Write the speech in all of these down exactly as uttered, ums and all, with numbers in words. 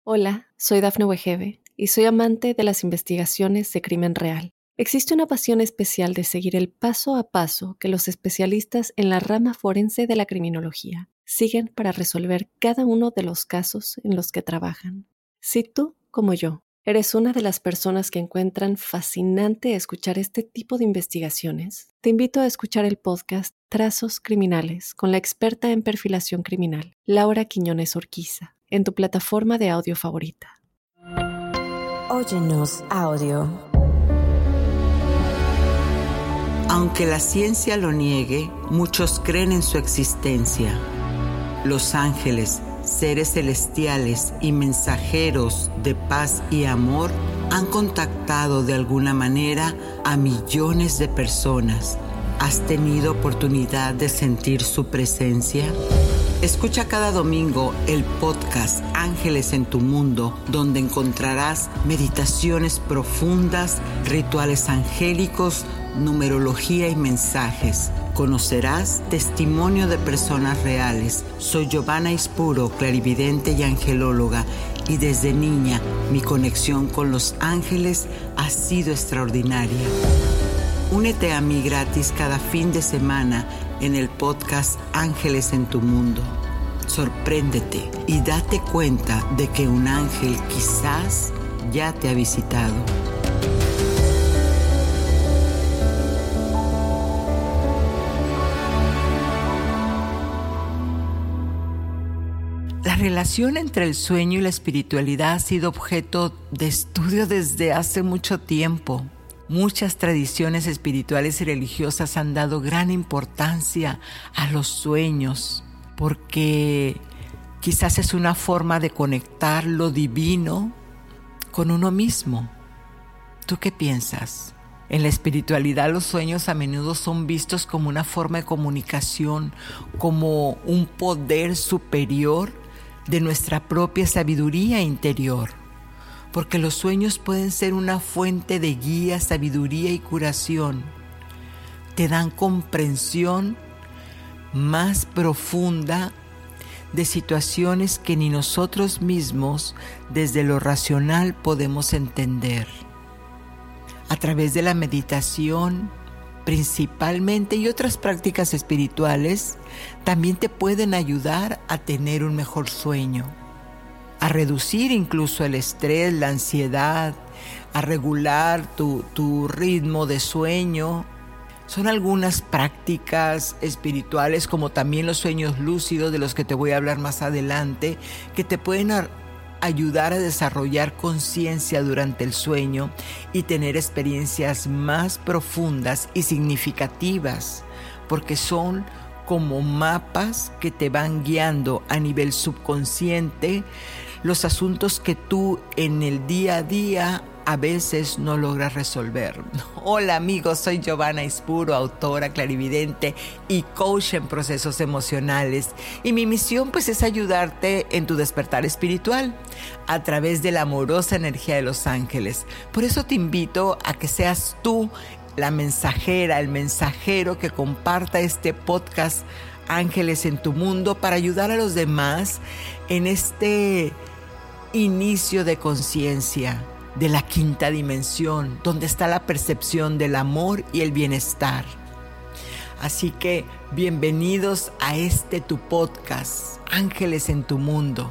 Hola, soy Dafne Wegebe y soy amante de las investigaciones de crimen real. Existe una pasión especial de seguir el paso a paso que los especialistas en la rama forense de la criminología siguen para resolver cada uno de los casos en los que trabajan. Si tú, como yo, eres una de las personas que encuentran fascinante escuchar este tipo de investigaciones, te invito a escuchar el podcast Trazos Criminales con la experta en perfilación criminal, Laura Quiñones Orquiza, en tu plataforma de audio favorita. Óyenos audio. Aunque la ciencia lo niegue, muchos creen en su existencia. Los ángeles, seres celestiales y mensajeros de paz y amor han contactado de alguna manera a millones de personas. ¿Has tenido oportunidad de sentir su presencia? Escucha cada domingo el podcast Ángeles en tu Mundo, donde encontrarás meditaciones profundas, rituales angélicos, numerología y mensajes. Conocerás testimonio de personas reales. Soy Giovanna Ispuro, clarividente y angelóloga, y desde niña mi conexión con los ángeles ha sido extraordinaria. Únete a mí gratis cada fin de semana en el podcast Ángeles en tu Mundo. Sorpréndete y date cuenta de que un ángel quizás ya te ha visitado. La relación entre el sueño y la espiritualidad ha sido objeto de estudio desde hace mucho tiempo. Muchas tradiciones espirituales y religiosas han dado gran importancia a los sueños porque quizás es una forma de conectar lo divino con uno mismo. ¿Tú qué piensas? En la espiritualidad los sueños a menudo son vistos como una forma de comunicación, como un poder superior de nuestra propia sabiduría interior. Porque los sueños pueden ser una fuente de guía, sabiduría y curación. Te dan comprensión más profunda de situaciones que ni nosotros mismos desde lo racional podemos entender. A través de la meditación, principalmente, y otras prácticas espirituales, también te pueden ayudar a tener un mejor sueño, a reducir incluso el estrés, la ansiedad, a regular tu, tu ritmo de sueño. Son algunas prácticas espirituales, como también los sueños lúcidos, de los que te voy a hablar más adelante, que te pueden a, ayudar a desarrollar conciencia durante el sueño y tener experiencias más profundas y significativas, porque son como mapas que te van guiando a nivel subconsciente los asuntos que tú en el día a día a veces no logras resolver. Hola amigos, soy Giovanna Ispuro, autora, clarividente y coach en procesos emocionales. Y mi misión pues es ayudarte en tu despertar espiritual a través de la amorosa energía de los ángeles. Por eso te invito a que seas tú la mensajera, el mensajero que comparta este podcast Ángeles en tu Mundo para ayudar a los demás en este inicio de conciencia de la quinta dimensión, donde está la percepción del amor y el bienestar. Así que bienvenidos a este tu podcast, Ángeles en tu Mundo.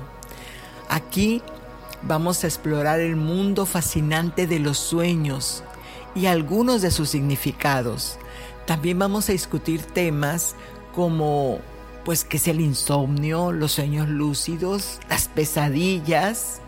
Aquí vamos a explorar el mundo fascinante de los sueños y algunos de sus significados. También vamos a discutir temas como pues qué es el insomnio, los sueños lúcidos, las pesadillas.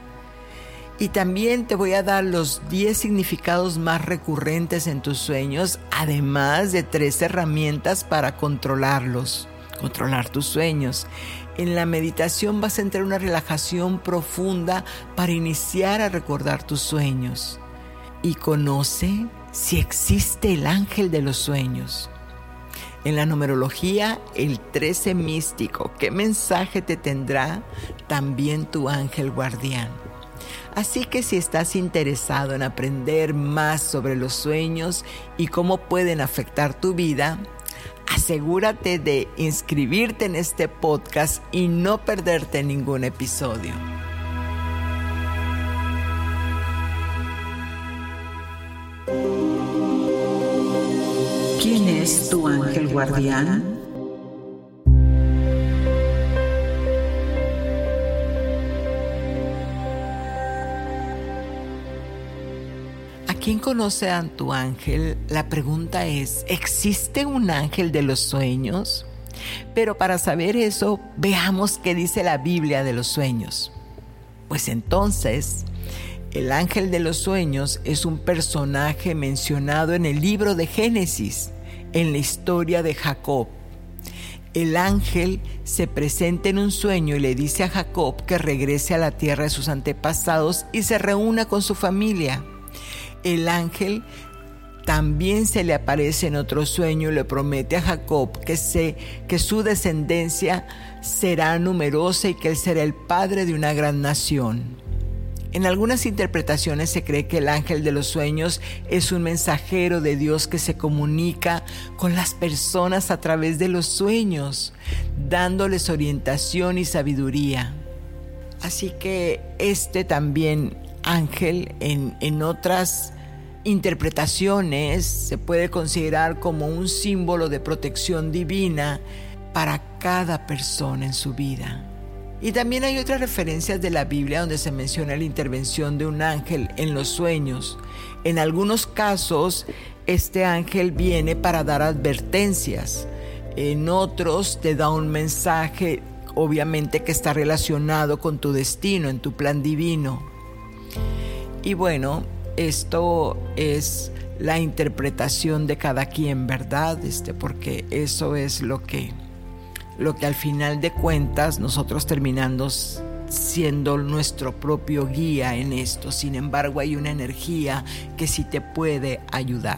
Y también te voy a dar los diez significados más recurrentes en tus sueños, además de tres herramientas para controlarlos, controlar tus sueños. En la meditación vas a entrar en una relajación profunda para iniciar a recordar tus sueños. Y conoce si existe el ángel de los sueños. En la numerología, el trece místico. ¿Qué mensaje te tendrá también tu ángel guardián? Así que si estás interesado en aprender más sobre los sueños y cómo pueden afectar tu vida, asegúrate de inscribirte en este podcast y no perderte ningún episodio. ¿Quién es tu ángel guardián? ¿A quién conoce a tu ángel? La pregunta es, ¿existe un ángel de los sueños? Pero para saber eso, veamos qué dice la Biblia de los sueños. Pues entonces, el ángel de los sueños es un personaje mencionado en el libro de Génesis, en la historia de Jacob. El ángel se presenta en un sueño y le dice a Jacob que regrese a la tierra de sus antepasados y se reúna con su familia. El ángel también se le aparece en otro sueño y le promete a Jacob que, se, que su descendencia será numerosa y que él será el padre de una gran nación. En algunas interpretaciones se cree que el ángel de los sueños es un mensajero de Dios que se comunica con las personas a través de los sueños, dándoles orientación y sabiduría. Así que este también ángel en, en otras interpretaciones se puede considerar como un símbolo de protección divina para cada persona en su vida. Y también hay otras referencias de la Biblia donde se menciona la intervención de un ángel en los sueños. En algunos casos, este ángel viene para dar advertencias. En otros te da un mensaje, obviamente que está relacionado con tu destino, en tu plan divino. Y bueno, esto es la interpretación de cada quien, ¿verdad? Este, porque eso es lo que... lo que al final de cuentas nosotros terminamos siendo nuestro propio guía en esto. Sin embargo, hay una energía que sí te puede ayudar.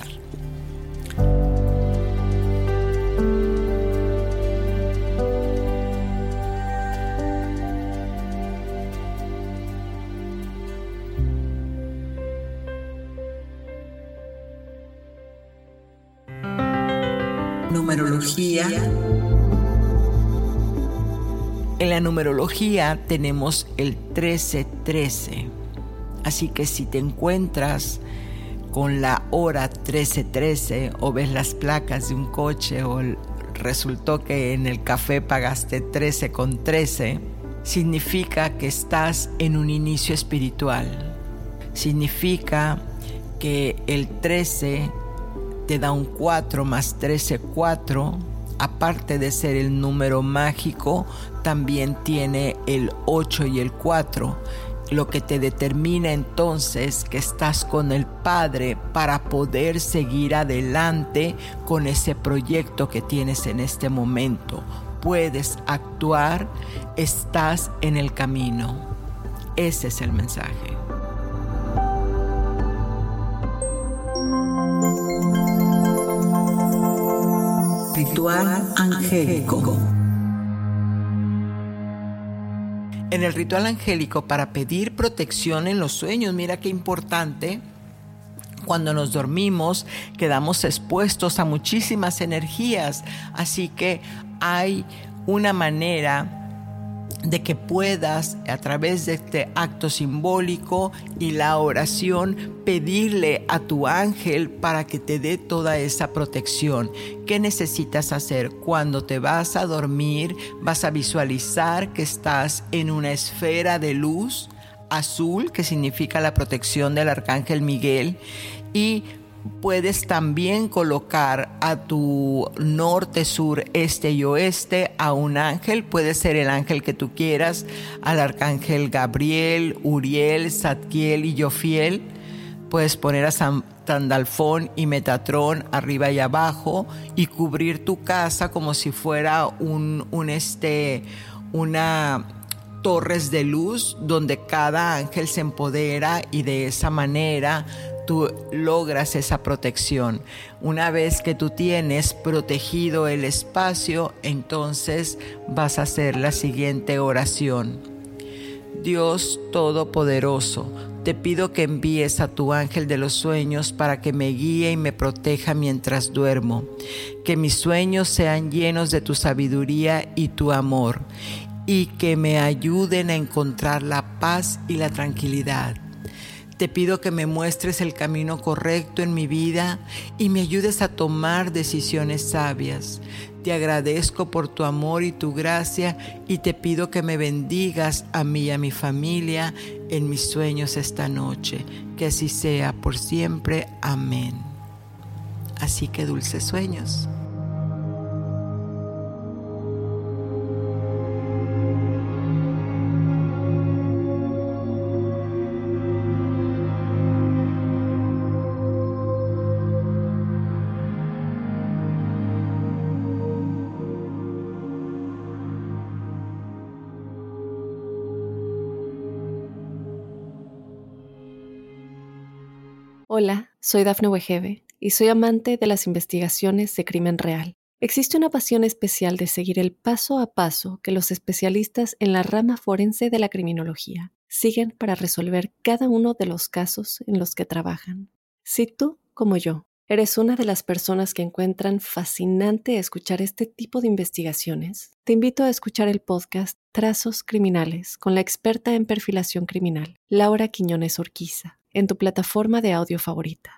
Numerología. En la numerología tenemos el trece trece, así que si te encuentras con la hora trece trece o ves las placas de un coche o resultó que en el café pagaste trece con trece, significa que estás en un inicio espiritual. Significa que el trece te da un cuatro más trece, cuatro. Aparte de ser el número mágico, también tiene el ocho y el cuatro, lo que te determina entonces que estás con el Padre para poder seguir adelante con ese proyecto que tienes en este momento. Puedes actuar, estás en el camino. Ese es el mensaje. Ritual angélico. En el ritual angélico, para pedir protección en los sueños, mira qué importante. Cuando nos dormimos, quedamos expuestos a muchísimas energías. Así que hay una manera de que puedas, a través de este acto simbólico y la oración, pedirle a tu ángel para que te dé toda esa protección. ¿Qué necesitas hacer? Cuando te vas a dormir, vas a visualizar que estás en una esfera de luz azul, que significa la protección del arcángel Miguel, y puedes también colocar a tu norte, sur, este y oeste a un ángel. Puede ser el ángel que tú quieras, al arcángel Gabriel, Uriel, Zadkiel y Jofiel. Puedes poner a San Sandalfón y Metatrón arriba y abajo y cubrir tu casa como si fuera un, un este, una torres de luz donde cada ángel se empodera, y de esa manera tú logras esa protección. Una vez que tú tienes protegido el espacio, entonces vas a hacer la siguiente oración. Dios Todopoderoso, te pido que envíes a tu ángel de los sueños para que me guíe y me proteja mientras duermo. Que mis sueños sean llenos de tu sabiduría y tu amor, y que me ayuden a encontrar la paz y la tranquilidad. te pido que me muestres el camino correcto en mi vida y me ayudes a tomar decisiones sabias. Te agradezco por tu amor y tu gracia y te pido que me bendigas a mí y a mi familia en mis sueños esta noche. Que así sea por siempre. Amén. Así que dulces sueños. Hola, soy Dafne Wegebe y soy amante de las investigaciones de crimen real. Existe una pasión especial de seguir el paso a paso que los especialistas en la rama forense de la criminología siguen para resolver cada uno de los casos en los que trabajan. Si tú, como yo, eres una de las personas que encuentran fascinante escuchar este tipo de investigaciones, te invito a escuchar el podcast Trazos Criminales con la experta en perfilación criminal, Laura Quiñones Orquiza, en tu plataforma de audio favorita.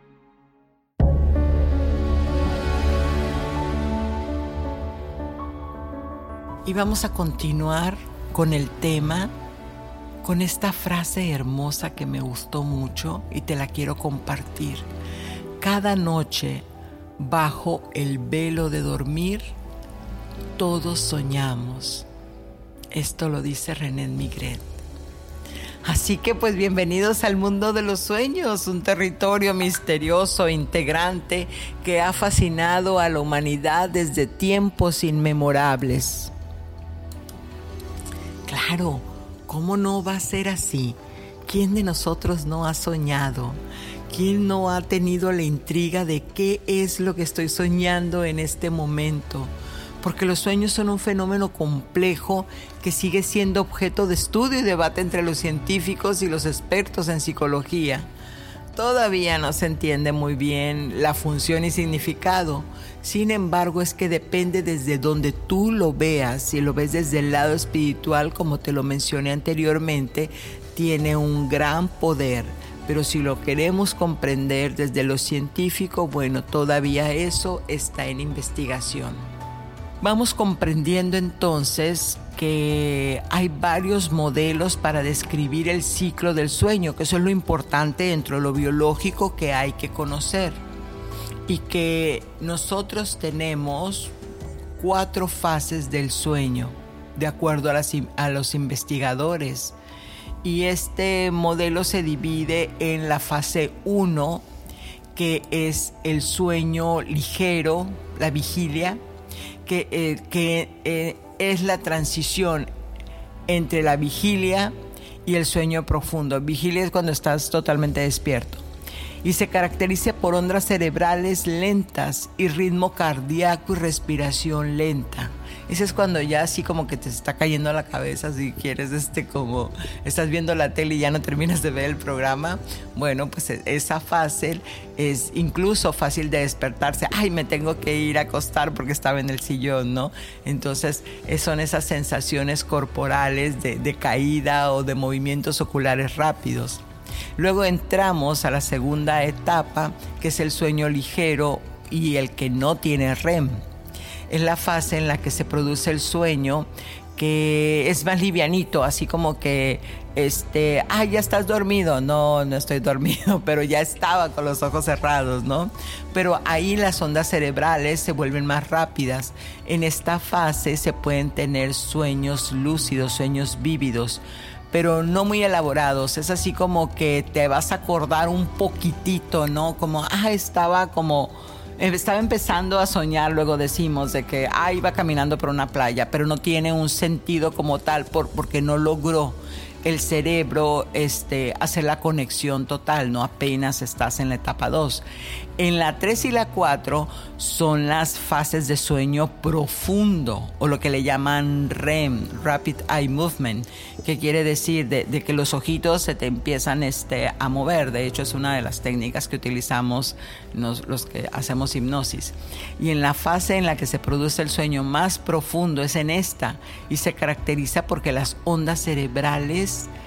Y vamos a continuar con el tema, con esta frase hermosa que me gustó mucho y te la quiero compartir. Cada noche, bajo el velo de dormir, todos soñamos. Esto lo dice René Migret. Así que pues bienvenidos al mundo de los sueños, un territorio misterioso, integrante, que ha fascinado a la humanidad desde tiempos inmemorables. Claro, ¿cómo no va a ser así? ¿Quién de nosotros no ha soñado? ¿Quién no ha tenido la intriga de qué es lo que estoy soñando en este momento? Porque los sueños son un fenómeno complejo que sigue siendo objeto de estudio y debate entre los científicos y los expertos en psicología. Todavía no se entiende muy bien la función y significado. Sin embargo, es que depende desde donde tú lo veas. Si lo ves desde el lado espiritual, como te lo mencioné anteriormente, tiene un gran poder. Pero si lo queremos comprender desde lo científico, bueno, todavía eso está en investigación. Vamos comprendiendo entonces que hay varios modelos para describir el ciclo del sueño, que eso es lo importante dentro de lo biológico que hay que conocer. Y que nosotros tenemos cuatro fases del sueño, de acuerdo a, las, a los investigadores. Y este modelo se divide en la fase uno, que es el sueño ligero, la vigilia, que, eh, que eh, es la transición entre la vigilia y el sueño profundo. Vigilia es cuando estás totalmente despierto y se caracteriza por ondas cerebrales lentas y ritmo cardíaco y respiración lenta. Ese es cuando ya así como que te está cayendo la cabeza, si quieres, este como estás viendo la tele y ya no terminas de ver el programa. Bueno, pues esa fase es incluso fácil de despertarse. Ay, me tengo que ir a acostar porque estaba en el sillón, ¿no? Entonces son esas sensaciones corporales de, de caída o de movimientos oculares rápidos. Luego entramos a la segunda etapa, que es el sueño ligero y el que no tiene R E M. Es la fase en la que se produce el sueño, que es más livianito, así como que, este, ah, ya estás dormido. No, no estoy dormido, pero ya estaba con los ojos cerrados, ¿no? Pero ahí las ondas cerebrales se vuelven más rápidas. En esta fase se pueden tener sueños lúcidos, sueños vívidos, pero no muy elaborados. Es así como que te vas a acordar un poquitito, ¿no? Como, ah, estaba como... Estaba empezando a soñar, luego decimos, de que ah, iba caminando por una playa, pero no tiene un sentido como tal por, porque no logró el cerebro este, hacer la conexión total, ¿no? Apenas estás en la etapa dos. En la tres y la cuatro son las fases de sueño profundo, o lo que le llaman R E M, Rapid Eye Movement, que quiere decir de, de que los ojitos se te empiezan este, a mover. De hecho, es una de las técnicas que utilizamos nos, los que hacemos hipnosis. Y en la fase en la que se produce el sueño más profundo es en esta, y se caracteriza porque las ondas cerebrales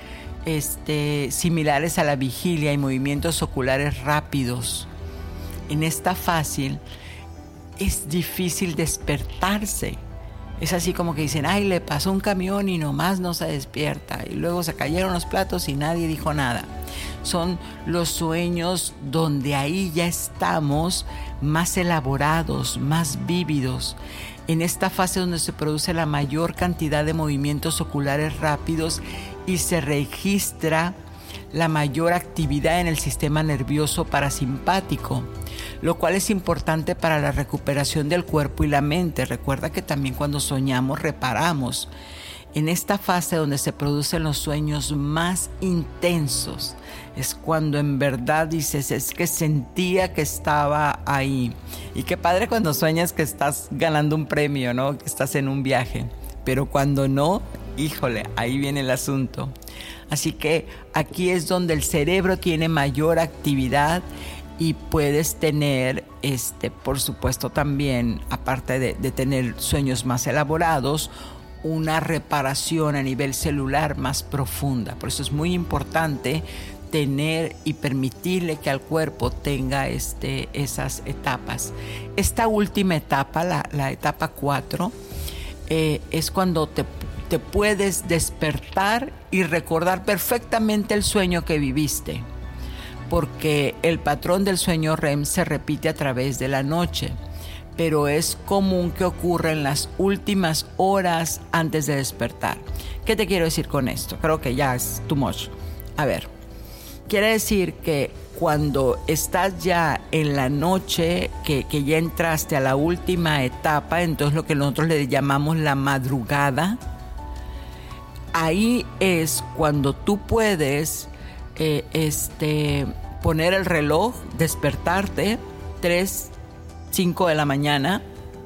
este, similares a la vigilia y movimientos oculares rápidos. En esta fase es difícil despertarse. Es así como que dicen, ay, le pasó un camión y nomás no se despierta. Y luego se cayeron los platos y nadie dijo nada. Son los sueños donde ahí ya estamos más elaborados, más vívidos. En esta fase donde se produce la mayor cantidad de movimientos oculares rápidos y se registra la mayor actividad en el sistema nervioso parasimpático, lo cual es importante para la recuperación del cuerpo y la mente. Recuerda que también cuando soñamos reparamos. En esta fase donde se producen los sueños más intensos, es cuando en verdad dices, es que sentía que estaba ahí. Y qué padre cuando sueñas que estás ganando un premio, ¿no? Que estás en un viaje. Pero cuando no, híjole, ahí viene el asunto. Así que aquí es donde el cerebro tiene mayor actividad y puedes tener, este, por supuesto también, aparte de, de tener sueños más elaborados, una reparación a nivel celular más profunda. Por eso es muy importante tener y permitirle que al cuerpo tenga este, esas etapas. Esta última etapa, la, la etapa cuatro, eh, es cuando te, te puedes despertar y recordar perfectamente el sueño que viviste, porque el patrón del sueño R E M se repite a través de la noche, pero es común que ocurra en las últimas horas antes de despertar. ¿Qué te quiero decir con esto? Creo que ya es too much. A ver, quiere decir que cuando estás ya en la noche, que, que ya entraste a la última etapa, entonces lo que nosotros le llamamos la madrugada, ahí es cuando tú puedes eh, este, poner el reloj, despertarte, tres, cinco de la mañana,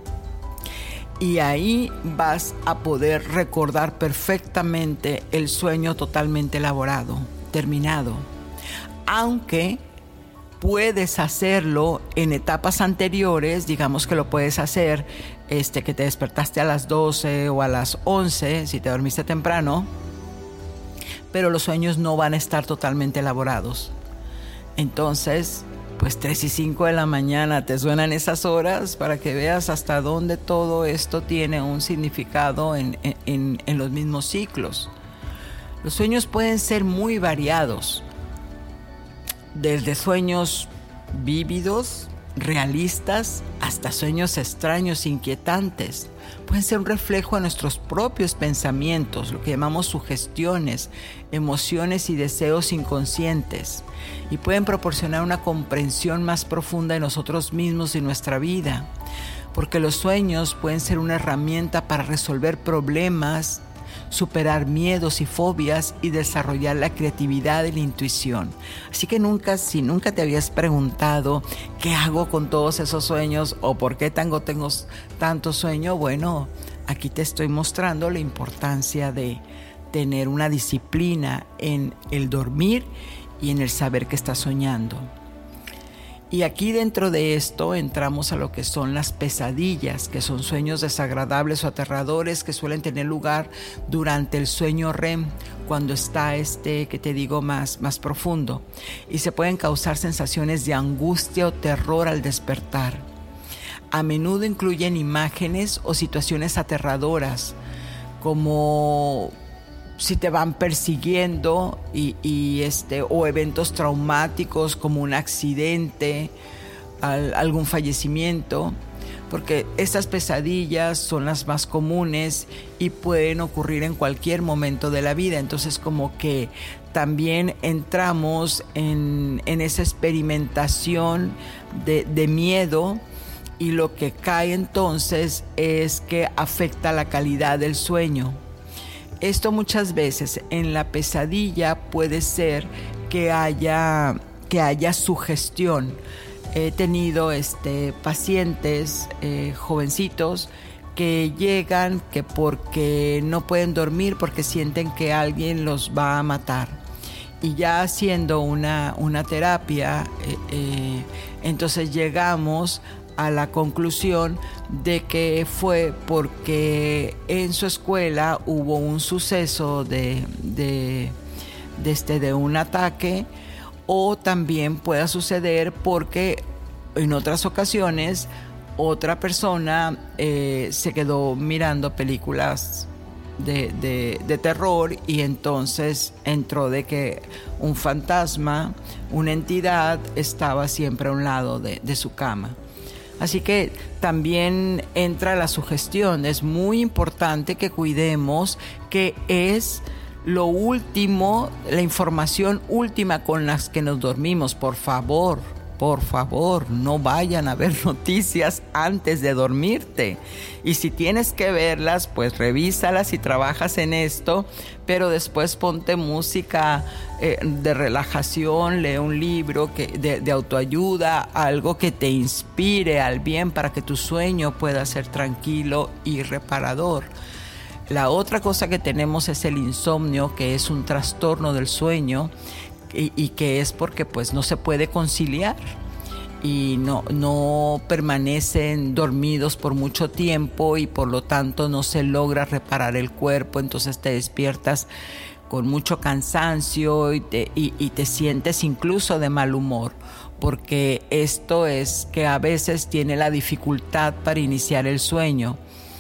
y ahí vas a poder recordar perfectamente el sueño totalmente elaborado, terminado. Aunque puedes hacerlo en etapas anteriores, digamos que lo puedes hacer este, que te despertaste a las doce o a las once, si te dormiste temprano, pero los sueños no van a estar totalmente elaborados. Entonces, pues tres y cinco de la mañana te suenan esas horas para que veas hasta dónde todo esto tiene un significado en, en, en los mismos ciclos. Los sueños pueden ser muy variados, desde sueños vívidos, realistas, hasta sueños extraños, inquietantes. Pueden ser un reflejo de nuestros propios pensamientos, lo que llamamos sugestiones, emociones y deseos inconscientes, y pueden proporcionar una comprensión más profunda de nosotros mismos y nuestra vida, porque los sueños pueden ser una herramienta para resolver problemas, superar miedos y fobias y desarrollar la creatividad y la intuición. Así que nunca, si nunca te habías preguntado qué hago con todos esos sueños o por qué tengo, tengo tanto sueño, bueno, aquí te estoy mostrando la importancia de tener una disciplina en el dormir y en el saber que estás soñando. Y aquí dentro de esto entramos a lo que son las pesadillas, que son sueños desagradables o aterradores que suelen tener lugar durante el sueño R E M, cuando está este, que te digo, más, más profundo. Y se pueden causar sensaciones de angustia o terror al despertar. A menudo incluyen imágenes o situaciones aterradoras, como si te van persiguiendo y, y este, o eventos traumáticos como un accidente, al, algún fallecimiento, porque estas pesadillas son las más comunes y pueden ocurrir en cualquier momento de la vida. Entonces como que también entramos en, en esa experimentación de, de miedo, y lo que cae entonces es que afecta la calidad del sueño. Esto muchas veces en la pesadilla puede ser que haya, que haya sugestión. He tenido este, pacientes eh, jovencitos que llegan que porque no pueden dormir porque sienten que alguien los va a matar. Y ya haciendo una, una terapia, eh, eh, entonces llegamos a la conclusión de que fue porque en su escuela hubo un suceso de, de, desde de un ataque, o también pueda suceder porque en otras ocasiones otra persona eh, se quedó mirando películas de, de, de terror y entonces entró de que un fantasma, una entidad estaba siempre a un lado de, de su cama. Así que también entra la sugestión. Es muy importante que cuidemos que es lo último, la información última con las que nos dormimos. Por favor, por favor, no vayan a ver noticias antes de dormirte. Y si tienes que verlas, pues revísalas y trabajas en esto, pero después ponte música eh, de relajación, lee un libro que, de, de autoayuda, algo que te inspire al bien para que tu sueño pueda ser tranquilo y reparador. La otra cosa que tenemos es el insomnio, que es un trastorno del sueño y, y que es porque pues no se puede conciliar y no, no permanecen dormidos por mucho tiempo y por lo tanto no se logra reparar el cuerpo, entonces te despiertas con mucho cansancio y te, y, y te sientes incluso de mal humor, porque esto es que a veces tiene la dificultad para iniciar el sueño.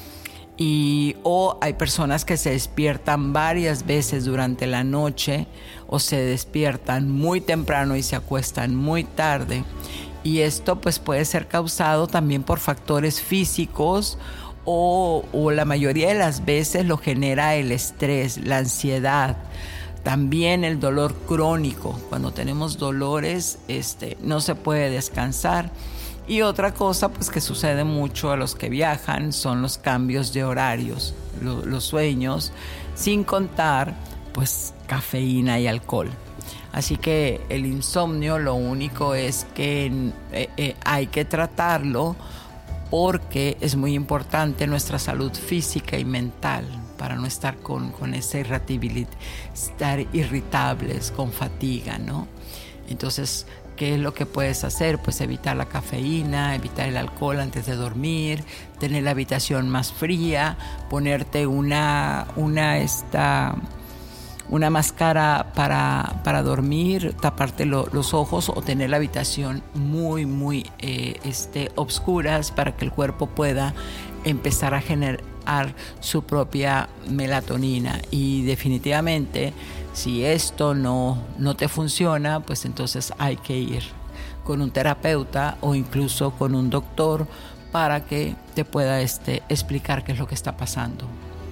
Y, o hay personas que se despiertan varias veces durante la noche o se despiertan muy temprano y se acuestan muy tarde. Y esto pues puede ser causado también por factores físicos o, o la mayoría de las veces lo genera el estrés, la ansiedad. También el dolor crónico. Cuando tenemos dolores este, no se puede descansar. Y otra cosa pues que sucede mucho a los que viajan son los cambios de horarios, lo, los sueños, sin contar pues cafeína y alcohol. Así que el insomnio lo único es que eh, eh, hay que tratarlo porque es muy importante nuestra salud física y mental para no estar con, con esa irritabilidad, estar irritables, con fatiga, ¿no? Entonces, ¿qué es lo que puedes hacer? Pues evitar la cafeína, evitar el alcohol antes de dormir, tener la habitación más fría, ponerte una, una, esta, una máscara para, para dormir, taparte lo, los ojos o tener la habitación muy, muy eh, este, obscuras para que el cuerpo pueda empezar a generar su propia melatonina. Y definitivamente, si esto no, no te funciona, pues entonces hay que ir con un terapeuta o incluso con un doctor para que te pueda este, explicar qué es lo que está pasando.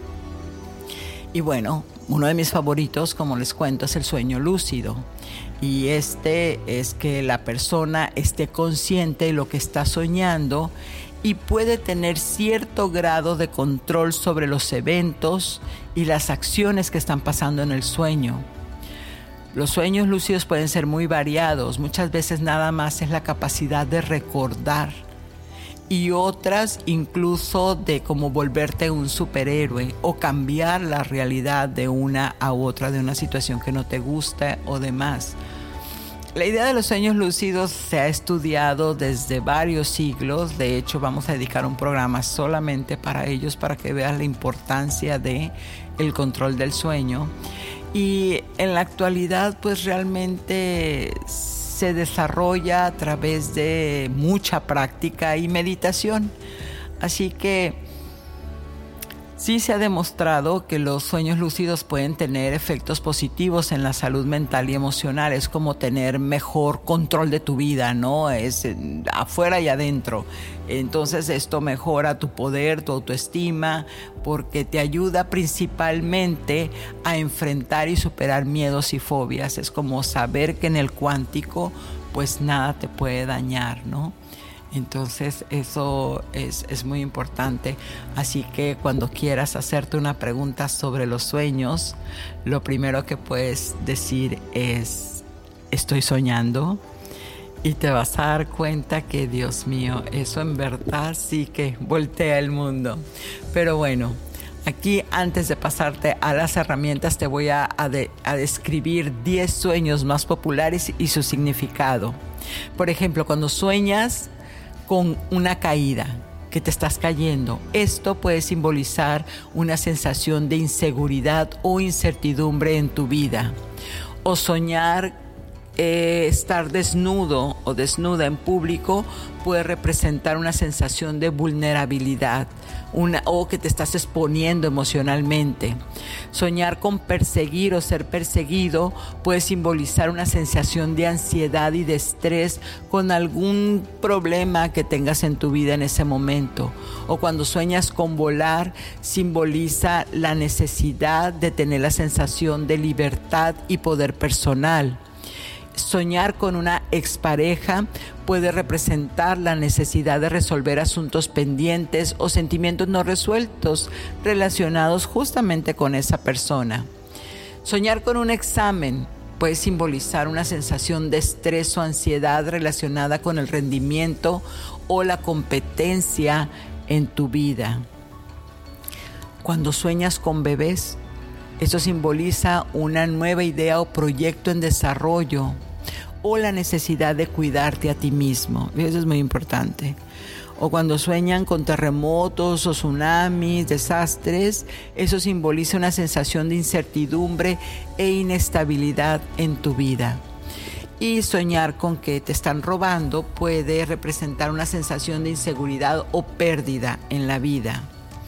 Y bueno, uno de mis favoritos, como les cuento, es el sueño lúcido. Y este es que la persona esté consciente de lo que está soñando y puede tener cierto grado de control sobre los eventos y las acciones que están pasando en el sueño. Los sueños lúcidos pueden ser muy variados. Muchas veces nada más es la capacidad de recordar y otras incluso de como volverte un superhéroe o cambiar la realidad de una a otra, de una situación que no te gusta o demás. La idea de los sueños lúcidos se ha estudiado desde varios siglos. De hecho, vamos a dedicar un programa solamente para ellos, para que veas la importancia de el control del sueño. Y en la actualidad, pues realmente se desarrolla a través de mucha práctica y meditación. Así que sí se ha demostrado que los sueños lúcidos pueden tener efectos positivos en la salud mental y emocional. Es como tener mejor control de tu vida, ¿no? Es afuera y adentro. Entonces esto mejora tu poder, tu autoestima, porque te ayuda principalmente a enfrentar y superar miedos y fobias. Es como saber que en el cuántico pues nada te puede dañar, ¿no? Entonces eso es, es muy importante. Así que cuando quieras hacerte una pregunta sobre los sueños, lo primero que puedes decir es: ¿estoy soñando? Y te vas a dar cuenta que, Dios mío, eso en verdad sí que voltea el mundo. Pero bueno, aquí antes de pasarte a las herramientas te voy a, a, de, a describir diez sueños más populares y su significado. Por ejemplo, cuando sueñas con una caída, que te estás cayendo, esto puede simbolizar una sensación de inseguridad o incertidumbre en tu vida. o soñar Eh, estar desnudo o desnuda en público puede representar una sensación de vulnerabilidad una, o que te estás exponiendo emocionalmente. Soñar con perseguir o ser perseguido puede simbolizar una sensación de ansiedad y de estrés con algún problema que tengas en tu vida en ese momento. O cuando sueñas con volar, simboliza la necesidad de tener la sensación de libertad y poder personal. Soñar con una expareja puede representar la necesidad de resolver asuntos pendientes o sentimientos no resueltos relacionados justamente con esa persona. Soñar con un examen puede simbolizar una sensación de estrés o ansiedad relacionada con el rendimiento o la competencia en tu vida. Cuando sueñas con bebés, eso simboliza una nueva idea o proyecto en desarrollo o la necesidad de cuidarte a ti mismo. Eso es muy importante. O cuando sueñan con terremotos o tsunamis, desastres, eso simboliza una sensación de incertidumbre e inestabilidad en tu vida. Y soñar con que te están robando puede representar una sensación de inseguridad o pérdida en la vida.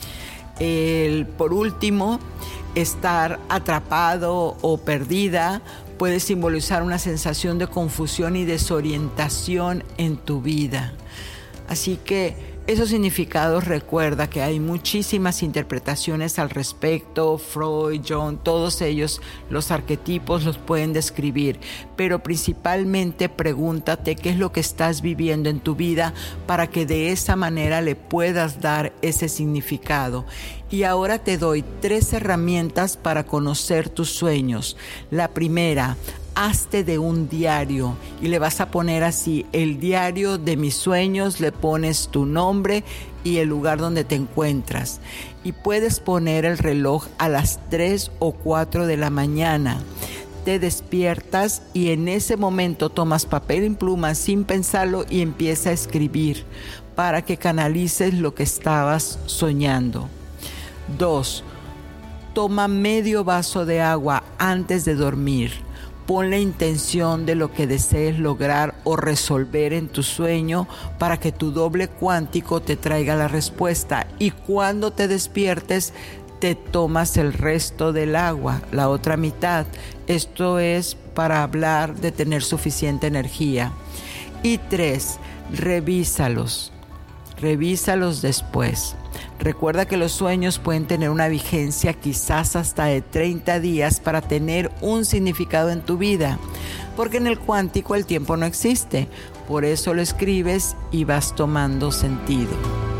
El, por último, estar atrapado o perdida puede simbolizar una sensación de confusión y desorientación en tu vida. Así que esos significados, recuerda que hay muchísimas interpretaciones al respecto. Freud, Jung, todos ellos, los arquetipos los pueden describir, pero principalmente pregúntate qué es lo que estás viviendo en tu vida para que de esa manera le puedas dar ese significado. Y ahora te doy tres herramientas para conocer tus sueños. La primera, hazte de un diario y le vas a poner así: el diario de mis sueños, le pones tu nombre y el lugar donde te encuentras. Y puedes poner el reloj a las tres o cuatro de la mañana. Te despiertas y en ese momento tomas papel y pluma sin pensarlo y empieza a escribir para que canalices lo que estabas soñando. Dos, toma medio vaso de agua antes de dormir. Pon la intención de lo que desees lograr o resolver en tu sueño para que tu doble cuántico te traiga la respuesta. Y cuando te despiertes, te tomas el resto del agua, la otra mitad. Esto es para hablar de tener suficiente energía. Y tres, revísalos. Revísalos después. Recuerda que los sueños pueden tener una vigencia quizás hasta de treinta días para tener un significado en tu vida, porque en el cuántico el tiempo no existe. Por eso lo escribes y vas tomando sentido.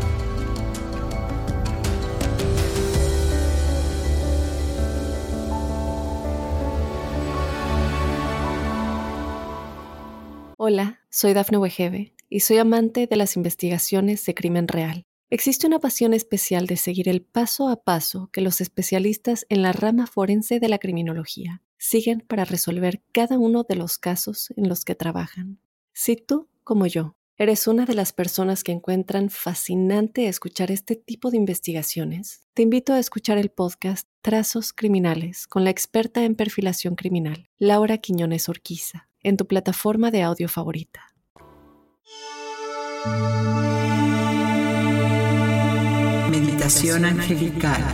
Hola, soy Dafne Wegebe y soy amante de las investigaciones de crimen real. Existe una pasión especial de seguir el paso a paso que los especialistas en la rama forense de la criminología siguen para resolver cada uno de los casos en los que trabajan. Si tú, como yo, eres una de las personas que encuentran fascinante escuchar este tipo de investigaciones, te invito a escuchar el podcast Trazos Criminales con la experta en perfilación criminal, Laura Quiñones Orquiza, en tu plataforma de audio favorita. Meditación angelical.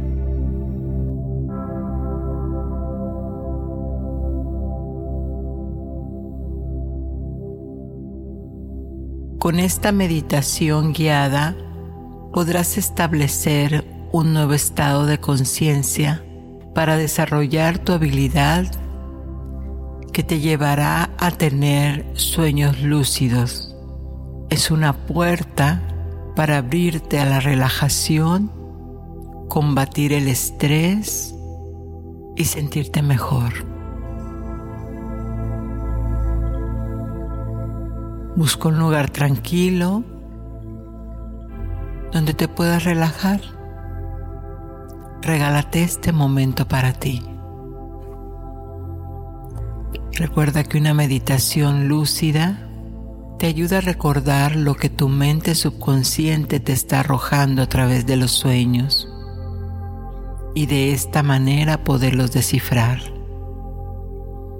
Con esta meditación guiada podrás establecer un nuevo estado de conciencia para desarrollar tu habilidad que te llevará a tener sueños lúcidos. Es una puerta para abrirte a la relajación, combatir el estrés y sentirte mejor. Busca un lugar tranquilo donde te puedas relajar. Regálate este momento para ti. Recuerda que una meditación lúcida te ayuda a recordar lo que tu mente subconsciente te está arrojando a través de los sueños y de esta manera poderlos descifrar.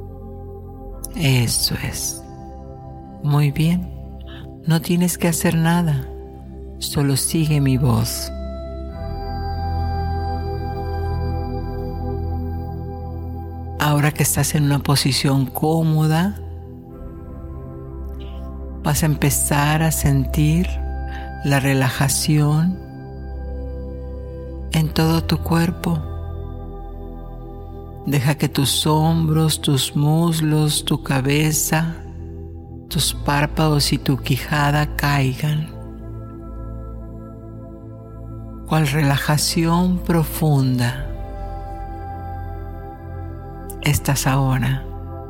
Eso es. Muy bien. No tienes que hacer nada. Solo sigue mi voz. Ahora que estás en una posición cómoda, vas a empezar a sentir la relajación en todo tu cuerpo. Deja que tus hombros, tus muslos, tu cabeza, tus párpados y tu quijada caigan. Cual relajación profunda estás ahora.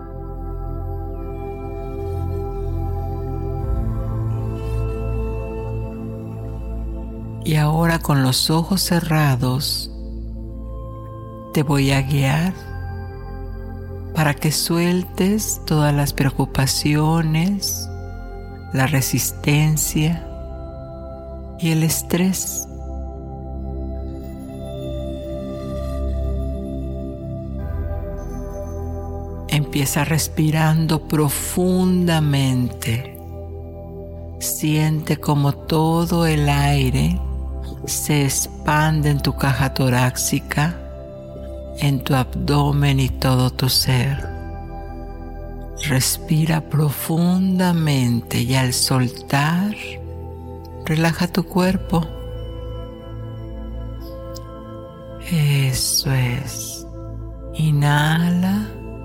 Y ahora con los ojos cerrados te voy a guiar para que sueltes todas las preocupaciones, la resistencia y el estrés. Empieza respirando profundamente. Siente como todo el aire se expande en tu caja torácica, en tu abdomen y todo tu ser. Respira profundamente y al soltar, relaja tu cuerpo. Eso es. Inhala.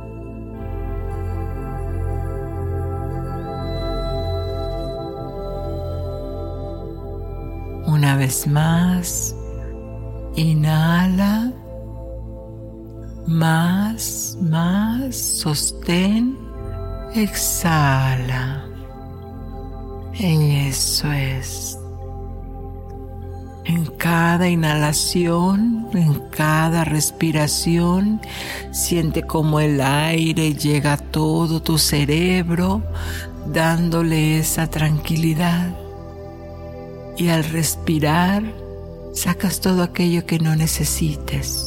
Una vez más, inhala, más, más, sostén, exhala. Eso es. En cada inhalación, en cada respiración, siente como el aire llega a todo tu cerebro, dándole esa tranquilidad. Y al respirar, sacas todo aquello que no necesites.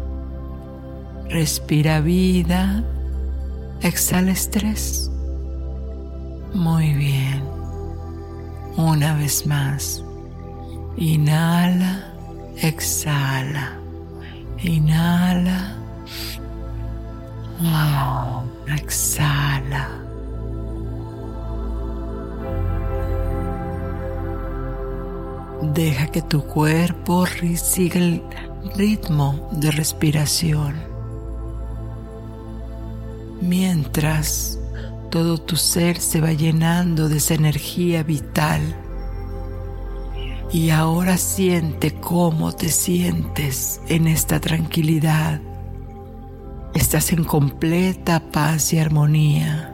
Respira vida, exhala estrés. Muy bien. Una vez más. Inhala, exhala. Inhala. Exhala. Deja que tu cuerpo siga el ritmo de respiración. Mientras todo tu ser se va llenando de esa energía vital. Y ahora siente cómo te sientes en esta tranquilidad. Estás en completa paz y armonía.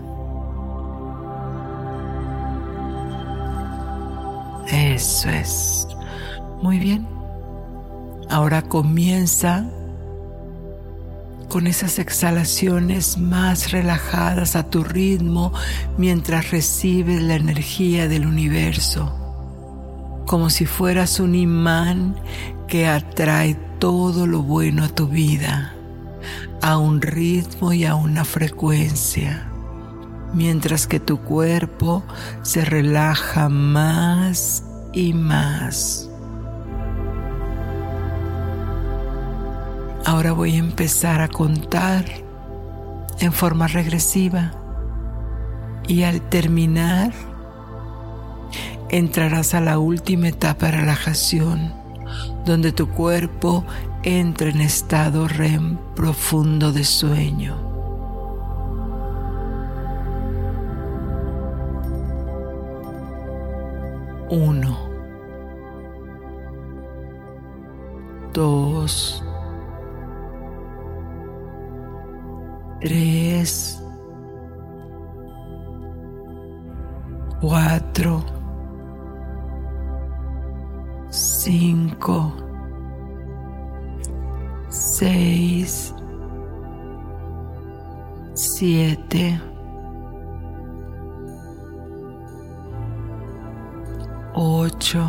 Eso es. Muy bien. Ahora comienza con esas exhalaciones más relajadas a tu ritmo mientras recibes la energía del universo, como si fueras un imán que atrae todo lo bueno a tu vida, a un ritmo y a una frecuencia. Mientras que tu cuerpo se relaja más y más. Ahora voy a empezar a contar en forma regresiva y al terminar entrarás a la última etapa de relajación, donde tu cuerpo entra en estado R E M profundo de sueño. Uno, dos, tres, cuatro, cinco, seis, siete, ocho,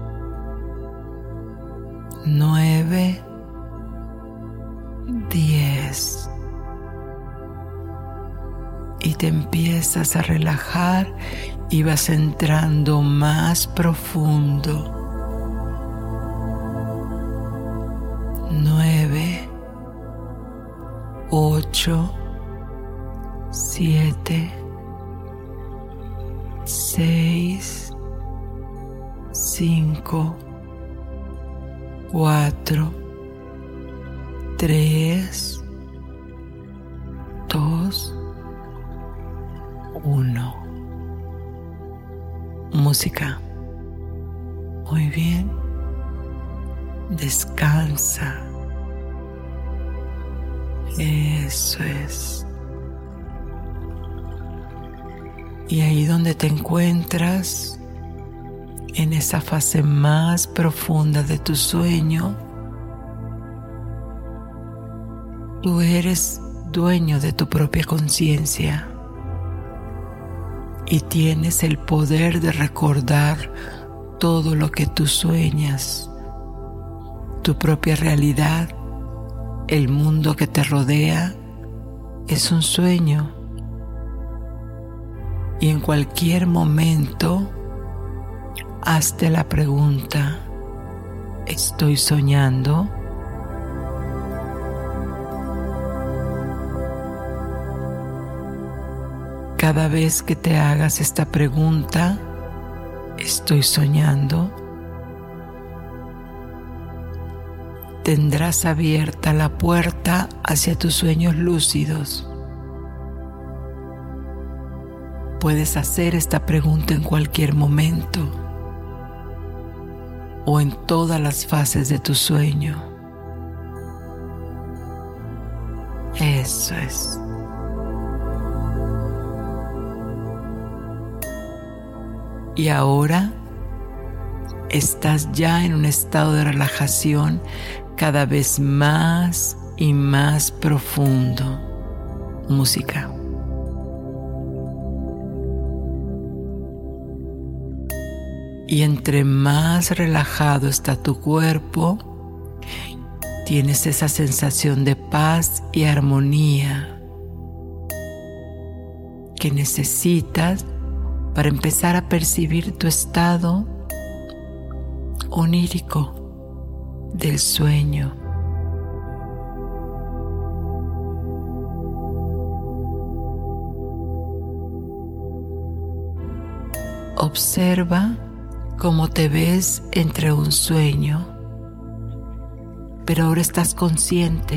nueve, diez. Y y te empiezas a relajar y vas entrando más profundo. Nueve, ocho, siete, seis, cinco, cuatro, tres, dos, uno. Música. Muy bien. Descansa. Eso es. Y ahí donde te encuentras, en esa fase más profunda de tu sueño, tú eres dueño de tu propia conciencia y tienes el poder de recordar todo lo que tú sueñas, tu propia realidad, el mundo que te rodea es un sueño. Y en cualquier momento, hazte la pregunta: ¿estoy soñando? Cada vez que te hagas esta pregunta, ¿estoy soñando?, tendrás abierta la puerta hacia tus sueños lúcidos. Puedes hacer esta pregunta en cualquier momento o en todas las fases de tu sueño. Eso es. Y ahora estás ya en un estado de relajación cada vez más y más profundo. Música. Y entre más relajado está tu cuerpo, tienes esa sensación de paz y armonía que necesitas para empezar a percibir tu estado onírico del sueño. Observa cómo te ves entre un sueño, pero ahora estás consciente.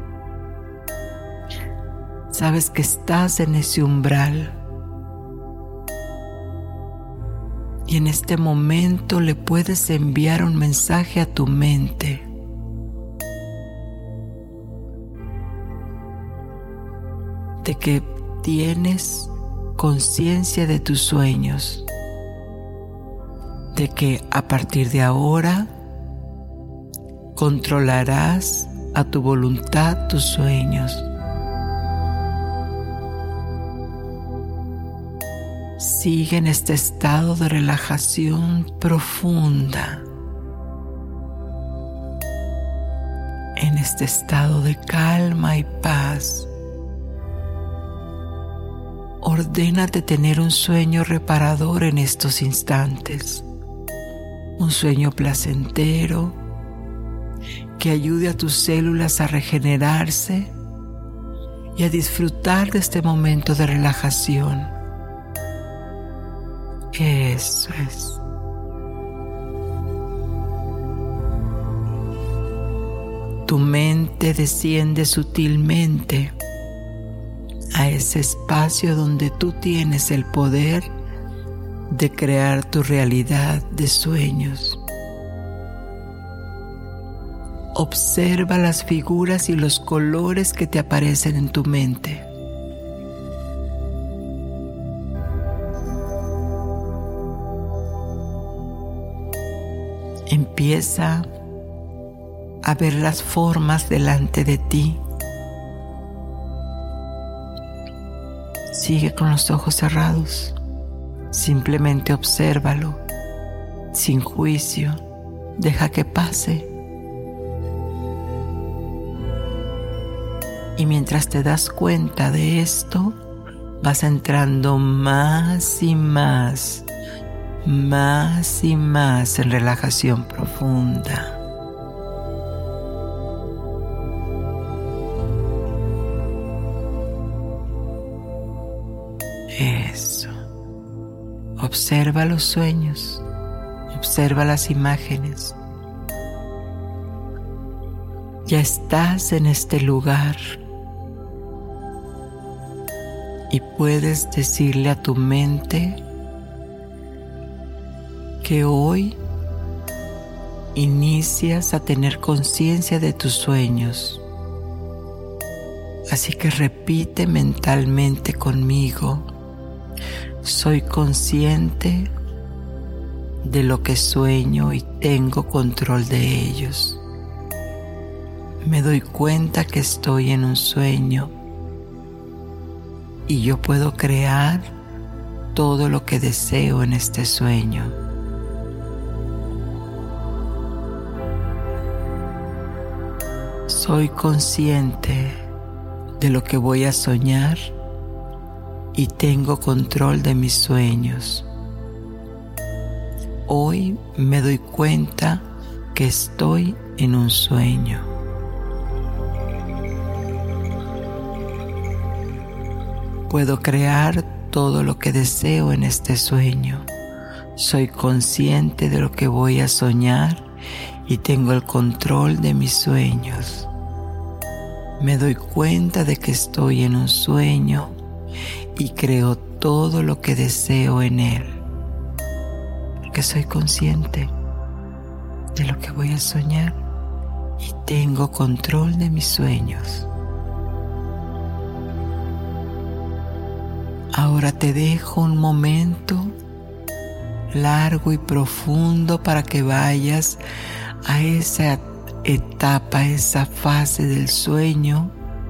Sabes que estás en ese umbral. Y en este momento le puedes enviar un mensaje a tu mente. De que tienes conciencia de tus sueños. De que a partir de ahora controlarás a tu voluntad tus sueños. Sigue en este estado de relajación profunda, en este estado de calma y paz. Ordénate tener un sueño reparador en estos instantes, un sueño placentero que ayude a tus células a regenerarse y a disfrutar de este momento de relajación. Eso es. Tu mente desciende sutilmente a ese espacio donde tú tienes el poder de crear tu realidad de sueños. Observa las figuras y los colores que te aparecen en tu mente. Empieza a ver las formas delante de ti. Sigue con los ojos cerrados. Simplemente obsérvalo, sin juicio. Deja que pase. Y mientras te das cuenta de esto, vas entrando más y más, más y más en relajación profunda. Eso. Observa los sueños, observa las imágenes. Ya estás en este lugar y puedes decirle a tu mente que hoy inicias a tener conciencia de tus sueños. Así que repite mentalmente conmigo: soy consciente de lo que sueño y tengo control de ellos. Me doy cuenta que estoy en un sueño y yo puedo crear todo lo que deseo en este sueño. Soy consciente de lo que voy a soñar y tengo control de mis sueños. Hoy me doy cuenta que estoy en un sueño. Puedo crear todo lo que deseo en este sueño. Soy consciente de lo que voy a soñar y tengo el control de mis sueños. Me doy cuenta de que estoy en un sueño y creo todo lo que deseo en él, porque soy consciente de lo que voy a soñar y tengo control de mis sueños. Ahora te dejo un momento largo y profundo para que vayas a esa etapa, a esa fase del sueño,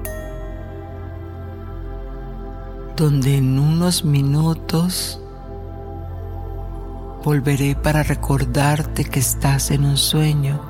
donde en unos minutos volveré para recordarte que estás en un sueño.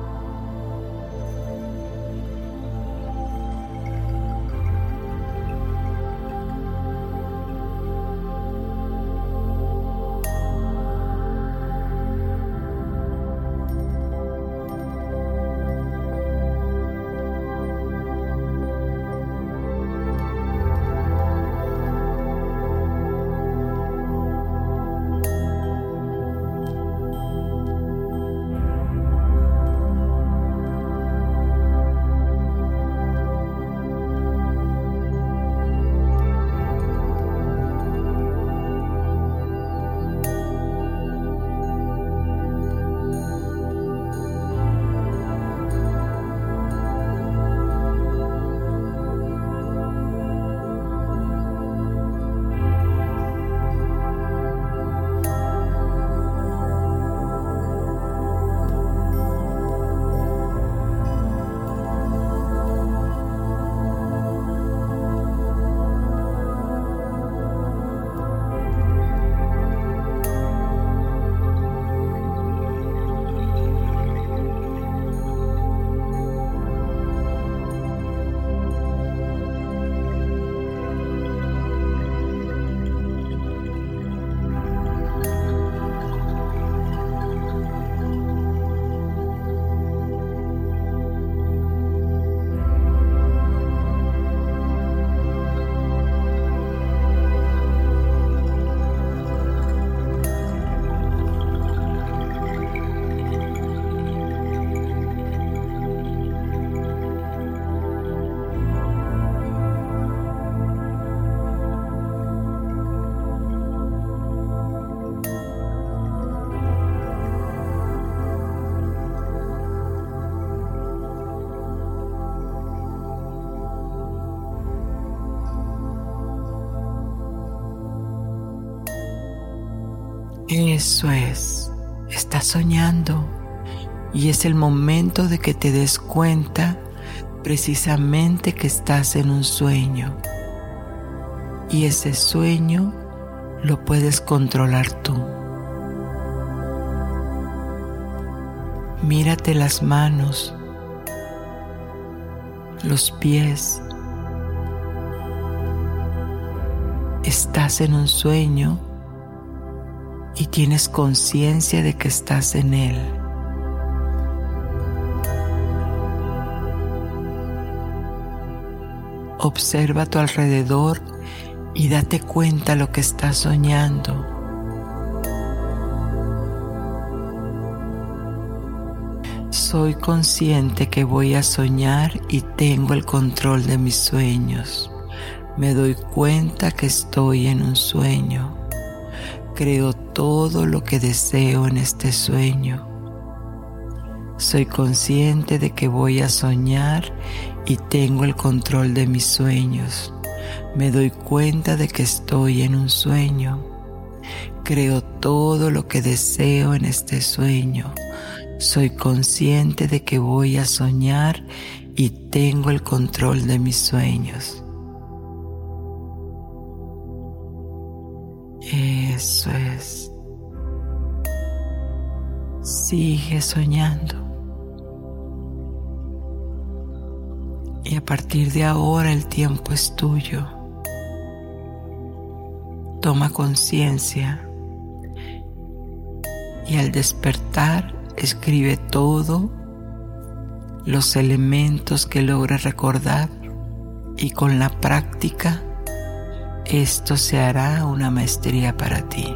Eso es, estás soñando y es el momento de que te des cuenta precisamente que estás en un sueño y ese sueño lo puedes controlar tú. Mírate las manos, los pies, estás en un sueño y tienes conciencia de que estás en él. Observa a tu alrededor y date cuenta lo que estás soñando. Soy consciente que voy a soñar y tengo el control de mis sueños. Me doy cuenta que estoy en un sueño. Creo todo lo que deseo en este sueño. Soy consciente de que voy a soñar y tengo el control de mis sueños. Me doy cuenta de que estoy en un sueño. Creo todo lo que deseo en este sueño. Soy consciente de que voy a soñar y tengo el control de mis sueños. Eso es. Sigue soñando. Y a partir de ahora el tiempo es tuyo. Toma conciencia y al despertar escribe todo los elementos que logres recordar y con la práctica esto se hará una maestría para ti.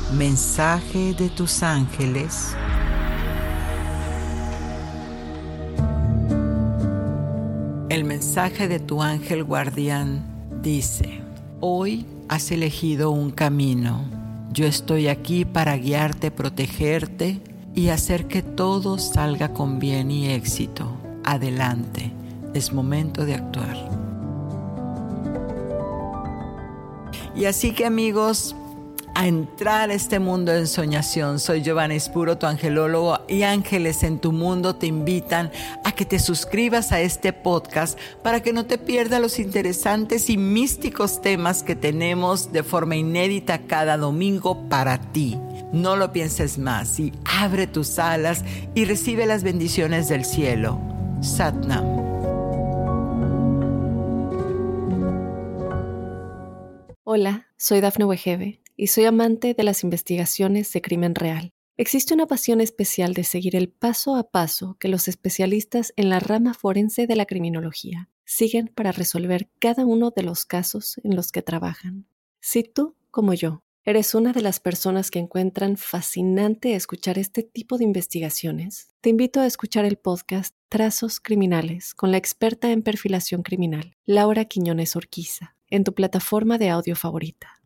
Mensaje de tus ángeles. El mensaje de tu ángel guardián dice: hoy has elegido un camino. Yo estoy aquí para guiarte, protegerte y hacer que todo salga con bien y éxito. Adelante, es momento de actuar. Y así que, amigos, a entrar a este mundo de ensoñación. Soy Giovanna Espuro, tu angelólogo, y Ángeles en tu Mundo te invitan a que te suscribas a este podcast para que no te pierdas los interesantes y místicos temas que tenemos de forma inédita cada domingo para ti. No lo pienses más y abre tus alas y recibe las bendiciones del cielo. Satnam. Hola, soy Dafne Wegebe y soy amante de las investigaciones de crimen real. Existe una pasión especial de seguir el paso a paso que los especialistas en la rama forense de la criminología siguen para resolver cada uno de los casos en los que trabajan. Si tú, como yo, eres una de las personas que encuentran fascinante escuchar este tipo de investigaciones, te invito a escuchar el podcast Trazos Criminales con la experta en perfilación criminal, Laura Quiñones Orquiza, en tu plataforma de audio favorita.